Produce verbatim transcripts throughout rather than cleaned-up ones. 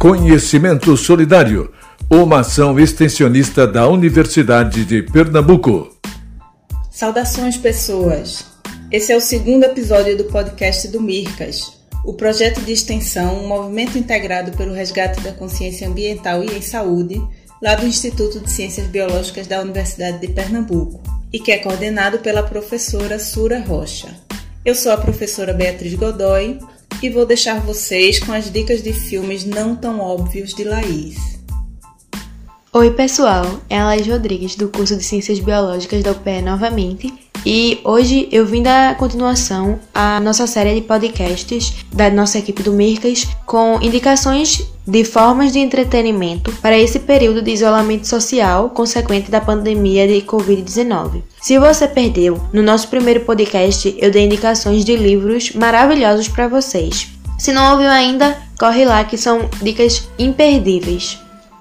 Conhecimento Solidário, uma ação extensionista da Universidade de Pernambuco. Saudações, pessoas! Esse é o segundo episódio do podcast do Mircas, o projeto de extensão, um movimento integrado pelo resgate da consciência ambiental e em saúde, lá do Instituto de Ciências Biológicas da Universidade de Pernambuco, e que é coordenado pela professora Sura Rocha. Eu sou a professora Beatriz Godoy e vou deixar vocês com as dicas de filmes não tão óbvios de Laís. Oi pessoal, é a Laís Rodrigues do curso de Ciências Biológicas da U P E novamente e hoje eu vim dar continuação à nossa série de podcasts da nossa equipe do Mircas com indicações de formas de entretenimento para esse período de isolamento social consequente da pandemia de covid dezenove. Se você perdeu, no nosso primeiro podcast eu dei indicações de livros maravilhosos para vocês. Se não ouviu ainda, corre lá que são dicas imperdíveis.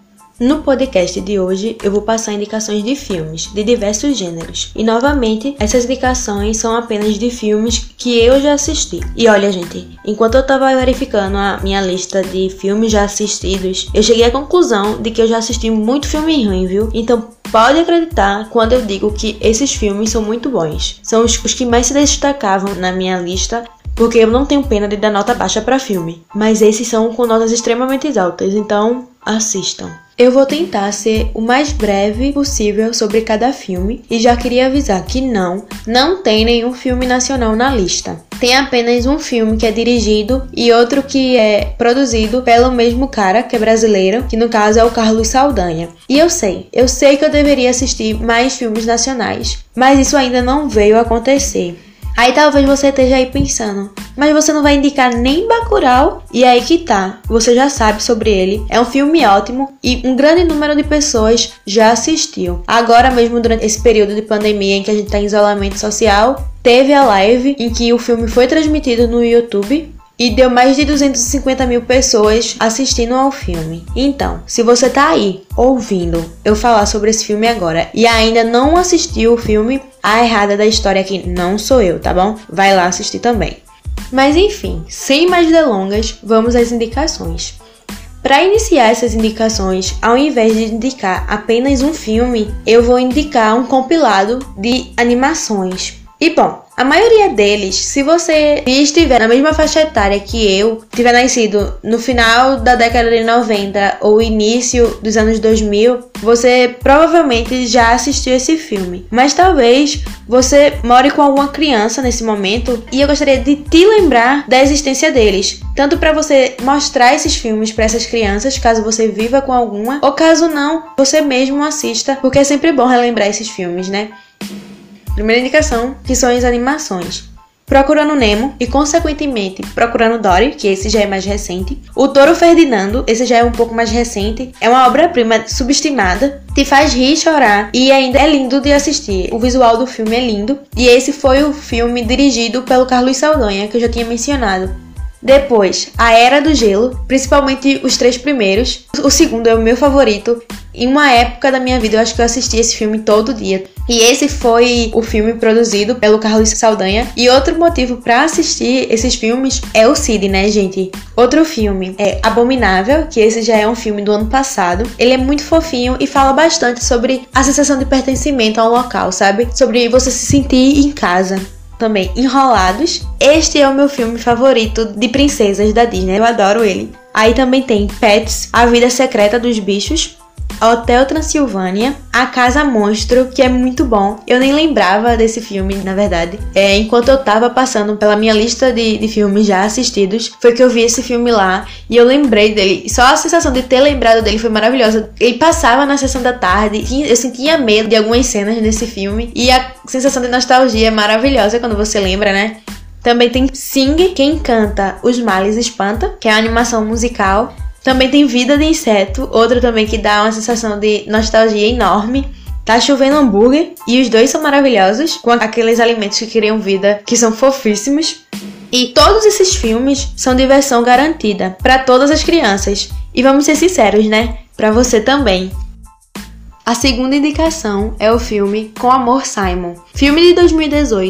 No podcast de hoje, eu vou passar indicações de filmes de diversos gêneros. E, novamente, essas indicações são apenas de filmes que eu já assisti. E olha, gente, enquanto eu tava verificando a minha lista de filmes já assistidos, eu cheguei à conclusão de que eu já assisti muito filme ruim, viu? Então, pode acreditar quando eu digo que esses filmes são muito bons. São os, os que mais se destacavam na minha lista, porque eu não tenho pena de dar nota baixa para filme. Mas esses são com notas extremamente altas, então assistam. Eu vou tentar ser o mais breve possível sobre cada filme e já queria avisar que não, não tem nenhum filme nacional na lista. Tem apenas um filme que é dirigido e outro que é produzido pelo mesmo cara, que é brasileiro, que no caso é o Carlos Saldanha. E eu sei, eu sei que eu deveria assistir mais filmes nacionais, mas isso ainda não veio a acontecer. Aí talvez você esteja aí pensando, mas você não vai indicar nem Bacurau? E aí que tá, você já sabe sobre ele, é um filme ótimo e um grande número de pessoas já assistiu. Agora mesmo durante esse período de pandemia em que a gente tá em isolamento social, teve a live em que o filme foi transmitido no YouTube e deu mais de duzentas e cinquenta mil pessoas assistindo ao filme. Então, se você tá aí ouvindo eu falar sobre esse filme agora e ainda não assistiu o filme, a errada da história aqui não sou eu, tá bom? Vai lá assistir também. Mas enfim, sem mais delongas, vamos às indicações. Para iniciar essas indicações, ao invés de indicar apenas um filme, eu vou indicar um compilado de animações. E bom, a maioria deles, se você estiver na mesma faixa etária que eu, tiver nascido no final da década de noventa ou início dos anos dois mil, você provavelmente já assistiu esse filme. Mas talvez você more com alguma criança nesse momento e eu gostaria de te lembrar da existência deles. Tanto para você mostrar esses filmes para essas crianças, caso você viva com alguma, ou caso não, você mesmo assista, porque é sempre bom relembrar esses filmes, né? Primeira indicação, que são as animações. Procurando Nemo e, consequentemente, Procurando Dory, que esse já é mais recente. O Touro Ferdinando, esse já é um pouco mais recente. É uma obra-prima subestimada, te faz rir e chorar e ainda é lindo de assistir. O visual do filme é lindo. E esse foi o filme dirigido pelo Carlos Saldanha, que eu já tinha mencionado. Depois, A Era do Gelo, principalmente os três primeiros. O segundo é o meu favorito. Em uma época da minha vida, eu acho que eu assisti esse filme todo dia. E esse foi o filme produzido pelo Carlos Saldanha. E outro motivo pra assistir esses filmes é o Cid, né, gente? Outro filme é Abominável, que esse já é um filme do ano passado. Ele é muito fofinho e fala bastante sobre a sensação de pertencimento a um local, sabe? Sobre você se sentir em casa. Também Enrolados. Este é o meu filme favorito de princesas da Disney, eu adoro ele. Aí também tem Pets, A Vida Secreta dos Bichos, Hotel Transilvânia, A Casa Monstro, que é muito bom. Eu nem lembrava desse filme, na verdade. É, enquanto eu tava passando pela minha lista de, de filmes já assistidos, foi que eu vi esse filme lá e eu lembrei dele. Só a sensação de ter lembrado dele foi maravilhosa. Ele passava na sessão da tarde, eu sentia medo de algumas cenas nesse filme e a sensação de nostalgia é maravilhosa quando você lembra, né? Também tem Sing, Quem Canta Os Males Espanta, que é uma animação musical. Também tem Vida de Inseto, outro também que dá uma sensação de nostalgia enorme. Tá Chovendo Hambúrguer, e os dois são maravilhosos, com aqueles alimentos que criam vida, que são fofíssimos. E todos esses filmes são diversão garantida para todas as crianças. E vamos ser sinceros, né? Para você também. A segunda indicação é o filme Com Amor, Simon. Filme de dois mil e dezoito,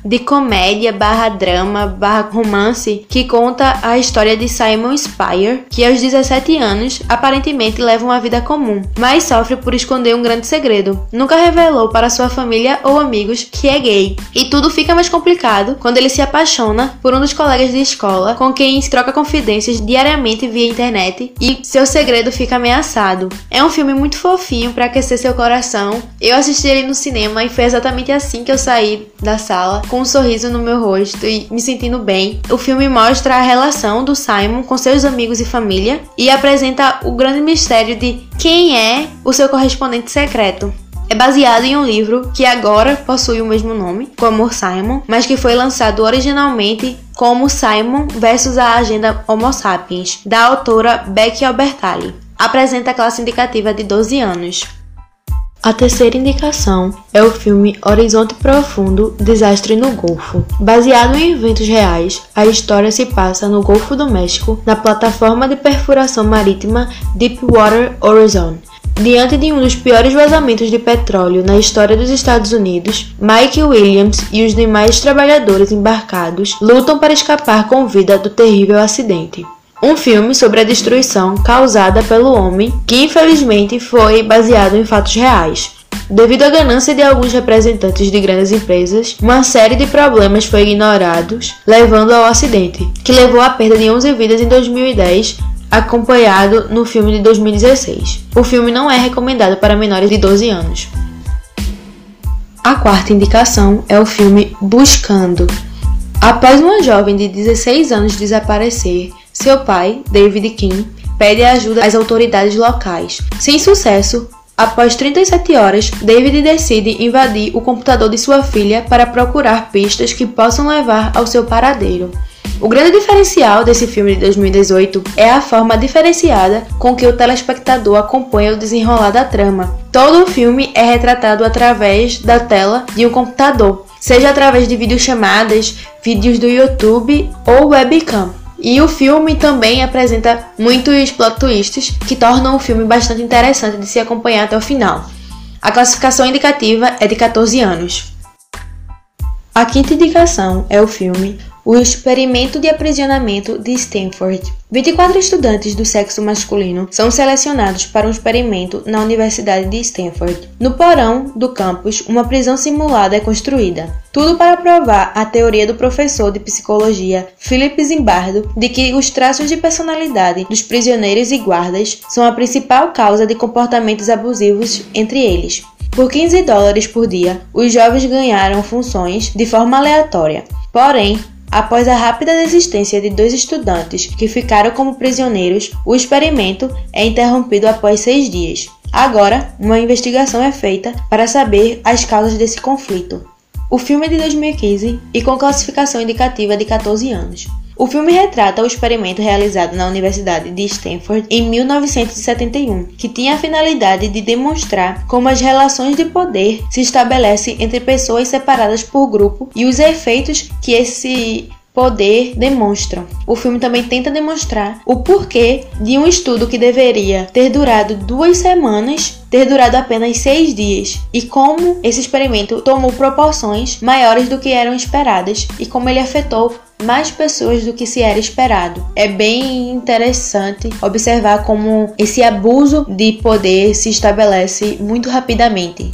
de comédia barra drama barra romance que conta a história de Simon Spire, que aos dezessete anos aparentemente leva uma vida comum, mas sofre por esconder um grande segredo. Nunca revelou para sua família ou amigos que é gay. E tudo fica mais complicado quando ele se apaixona por um dos colegas de escola com quem troca confidências diariamente via internet e seu segredo fica ameaçado. É um filme muito fofinho para aquecer seu coração. Eu assisti ele no cinema e foi exatamente assim que eu saí da sala, com um sorriso no meu rosto e me sentindo bem. O filme mostra a relação do Simon com seus amigos e família e apresenta o grande mistério de quem é o seu correspondente secreto. É baseado em um livro que agora possui o mesmo nome, como Simon, mas que foi lançado originalmente como Simon versus a Agenda Homo Sapiens, da autora Becky Albertalli. Apresenta a classe indicativa de doze anos. A terceira indicação é o filme Horizonte Profundo, Desastre no Golfo. Baseado em eventos reais, a história se passa no Golfo do México, na plataforma de perfuração marítima Deepwater Horizon. Diante de um dos piores vazamentos de petróleo na história dos Estados Unidos, Mike Williams e os demais trabalhadores embarcados lutam para escapar com vida do terrível acidente. Um filme sobre a destruição causada pelo homem, que infelizmente foi baseado em fatos reais. Devido à ganância de alguns representantes de grandes empresas, uma série de problemas foi ignorados, levando ao acidente, que levou à perda de onze vidas em dois mil e dez, acompanhado no filme de dois mil e dezesseis. O filme não é recomendado para menores de doze anos. A quarta indicação é o filme Buscando. Após uma jovem de dezesseis anos desaparecer, seu pai, David Kim, pede ajuda às autoridades locais. Sem sucesso, após trinta e sete horas, David decide invadir o computador de sua filha para procurar pistas que possam levar ao seu paradeiro. O grande diferencial desse filme de dois mil e dezoito é a forma diferenciada com que o telespectador acompanha o desenrolar da trama. Todo o filme é retratado através da tela de um computador, seja através de videochamadas, vídeos do YouTube ou webcam. E o filme também apresenta muitos plot twists que tornam o filme bastante interessante de se acompanhar até o final. A classificação indicativa é de catorze anos. A quinta indicação é o filme O Experimento de Aprisionamento de Stanford. vinte e quatro estudantes do sexo masculino são selecionados para um experimento na Universidade de Stanford. No porão do campus, uma prisão simulada é construída. Tudo para provar a teoria do professor de psicologia Philip Zimbardo de que os traços de personalidade dos prisioneiros e guardas são a principal causa de comportamentos abusivos entre eles. Por quinze dólares por dia, os jovens ganharam funções de forma aleatória. Porém, após a rápida desistência de dois estudantes que ficaram como prisioneiros, o experimento é interrompido após seis dias. Agora, uma investigação é feita para saber as causas desse conflito. O filme é de dois mil e quinze e com classificação indicativa de catorze anos. O filme retrata o experimento realizado na Universidade de Stanford em mil novecentos e setenta e um, que tinha a finalidade de demonstrar como as relações de poder se estabelecem entre pessoas separadas por grupo e os efeitos que esse poder demonstram. O filme também tenta demonstrar o porquê de um estudo que deveria ter durado duas semanas ter durado apenas seis dias e como esse experimento tomou proporções maiores do que eram esperadas e como ele afetou mais pessoas do que se era esperado. É bem interessante observar como esse abuso de poder se estabelece muito rapidamente.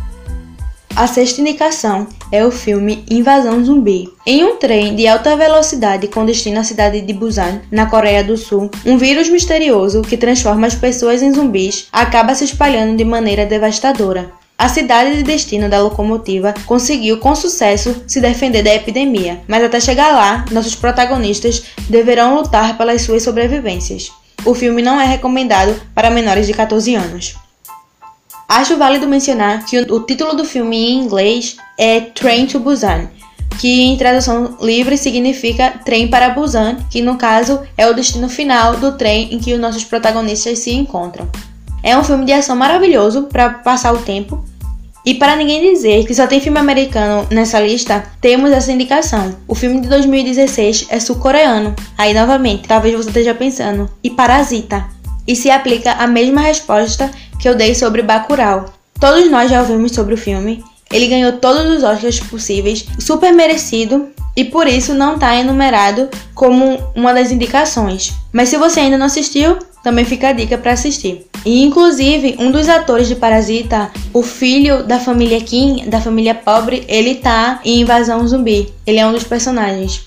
A sexta indicação é o filme Invasão Zumbi. Em um trem de alta velocidade com destino à cidade de Busan, na Coreia do Sul, um vírus misterioso que transforma as pessoas em zumbis acaba se espalhando de maneira devastadora. A cidade de destino da locomotiva conseguiu com sucesso se defender da epidemia, mas até chegar lá, nossos protagonistas deverão lutar pelas suas sobrevivências. O filme não é recomendado para menores de catorze anos. Acho válido mencionar que o título do filme em inglês é Train to Busan, que em tradução livre significa Trem para Busan, que no caso é o destino final do trem em que os nossos protagonistas se encontram. É um filme de ação maravilhoso para passar o tempo. E para ninguém dizer que só tem filme americano nessa lista, temos essa indicação. O filme de dois mil e dezesseis é sul-coreano. Aí novamente, talvez você esteja pensando, e Parasita? E se aplica a mesma resposta que eu dei sobre Bacurau. Todos nós já ouvimos sobre o filme. Ele ganhou todos os Oscars possíveis, super merecido, e por isso não está enumerado como uma das indicações. Mas se você ainda não assistiu, também fica a dica para assistir. E inclusive, um dos atores de Parasita, o filho da família Kim, da família pobre, ele tá em Invasão Zumbi. Ele é um dos personagens.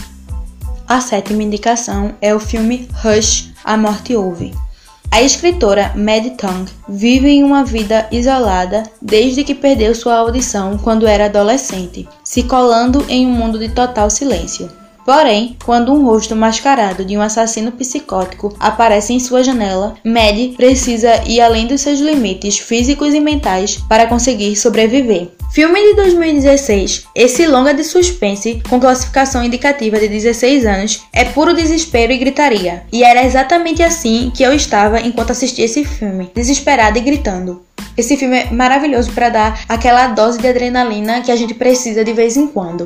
A sétima indicação é o filme Hush, A Morte Ouve. A escritora Maddie Tong vive em uma vida isolada desde que perdeu sua audição quando era adolescente, se colando em um mundo de total silêncio. Porém, quando um rosto mascarado de um assassino psicótico aparece em sua janela, Maddie precisa ir além dos seus limites físicos e mentais para conseguir sobreviver. Filme de dois mil e dezesseis, esse longa de suspense com classificação indicativa de dezesseis anos é puro desespero e gritaria. E era exatamente assim que eu estava enquanto assistia esse filme, desesperada e gritando. Esse filme é maravilhoso para dar aquela dose de adrenalina que a gente precisa de vez em quando.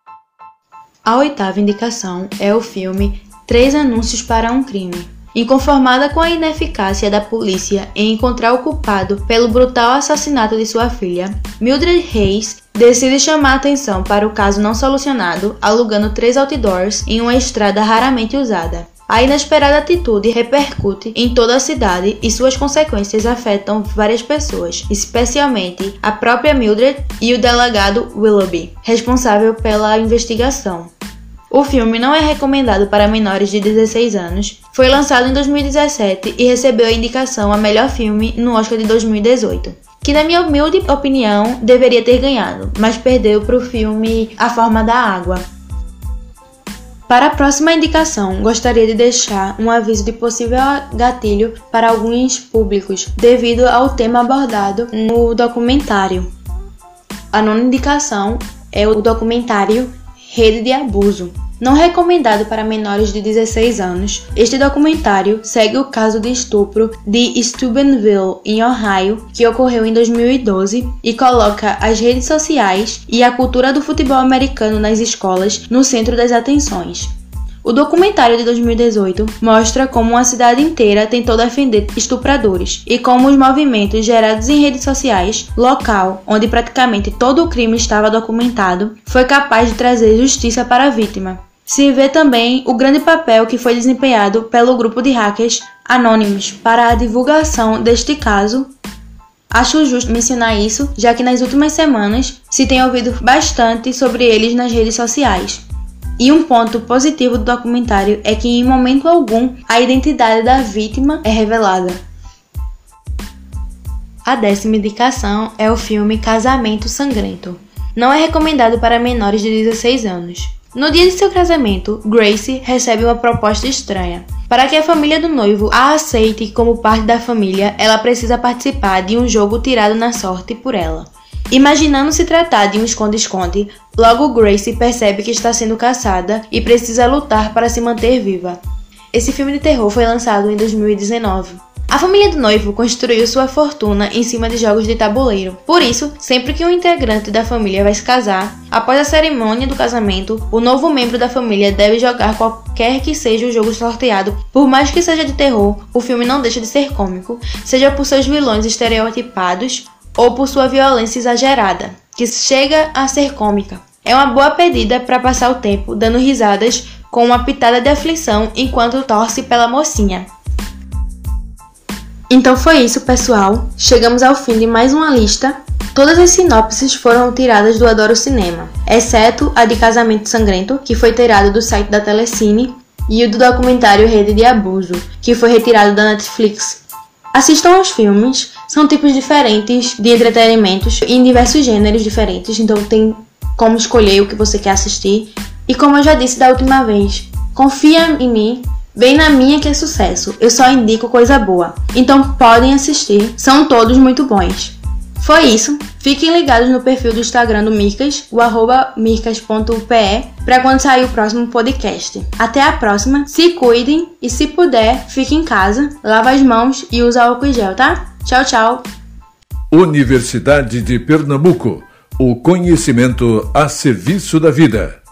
A oitava indicação é o filme Três Anúncios para um Crime. Inconformada com a ineficácia da polícia em encontrar o culpado pelo brutal assassinato de sua filha, Mildred Hayes decide chamar atenção para o caso não solucionado, alugando três outdoors em uma estrada raramente usada. A inesperada atitude repercute em toda a cidade e suas consequências afetam várias pessoas, especialmente a própria Mildred e o delegado Willoughby, responsável pela investigação. O filme não é recomendado para menores de dezesseis anos, foi lançado em dois mil e dezessete e recebeu a indicação a melhor filme no Oscar de dois mil e dezoito, que na minha humilde opinião deveria ter ganhado, mas perdeu para o filme A Forma da Água. Para a próxima indicação, gostaria de deixar um aviso de possível gatilho para alguns públicos, devido ao tema abordado no documentário. A nona indicação é o documentário Rede de Abuso. Não recomendado para menores de dezesseis anos, este documentário segue o caso de estupro de Steubenville, em Ohio, que ocorreu em dois mil e doze, e coloca as redes sociais e a cultura do futebol americano nas escolas no centro das atenções. O documentário de dois mil e dezoito mostra como uma cidade inteira tentou defender estupradores e como os movimentos gerados em redes sociais, local onde praticamente todo o crime estava documentado, foi capaz de trazer justiça para a vítima. Se vê também o grande papel que foi desempenhado pelo grupo de hackers anônimos para a divulgação deste caso. Acho justo mencionar isso, já que nas últimas semanas se tem ouvido bastante sobre eles nas redes sociais. E um ponto positivo do documentário é que em momento algum a identidade da vítima é revelada. A décima indicação é o filme Casamento Sangrento. Não é recomendado para menores de dezesseis anos. No dia de seu casamento, Grace recebe uma proposta estranha. Para que a família do noivo a aceite como parte da família, ela precisa participar de um jogo tirado na sorte por ela. Imaginando se tratar de um esconde-esconde, logo Grace percebe que está sendo caçada e precisa lutar para se manter viva. Esse filme de terror foi lançado em dois mil e dezenove. A família do noivo construiu sua fortuna em cima de jogos de tabuleiro. Por isso, sempre que um integrante da família vai se casar, após a cerimônia do casamento, o novo membro da família deve jogar qualquer que seja o jogo sorteado. Por mais que seja de terror, o filme não deixa de ser cômico, seja por seus vilões estereotipados ou por sua violência exagerada, que chega a ser cômica. É uma boa pedida para passar o tempo dando risadas com uma pitada de aflição enquanto torce pela mocinha. Então foi isso, pessoal. Chegamos ao fim de mais uma lista. Todas as sinopses foram tiradas do Adoro Cinema, exceto a de Casamento Sangrento, que foi tirada do site da Telecine, e o do documentário Rede de Abuso, que foi retirado da Netflix. Assistam aos filmes, são tipos diferentes de entretenimentos em diversos gêneros diferentes, então tem como escolher o que você quer assistir. E como eu já disse da última vez, confia em mim, vem na minha que é sucesso, eu só indico coisa boa. Então podem assistir, são todos muito bons. Foi isso, fiquem ligados no perfil do Instagram do Mircas, o arroba mircas ponto pe, para quando sair o próximo podcast. Até a próxima, se cuidem e se puder, fique em casa, lava as mãos e usa álcool em gel, tá? Tchau, tchau! Universidade de Pernambuco, o conhecimento a serviço da vida.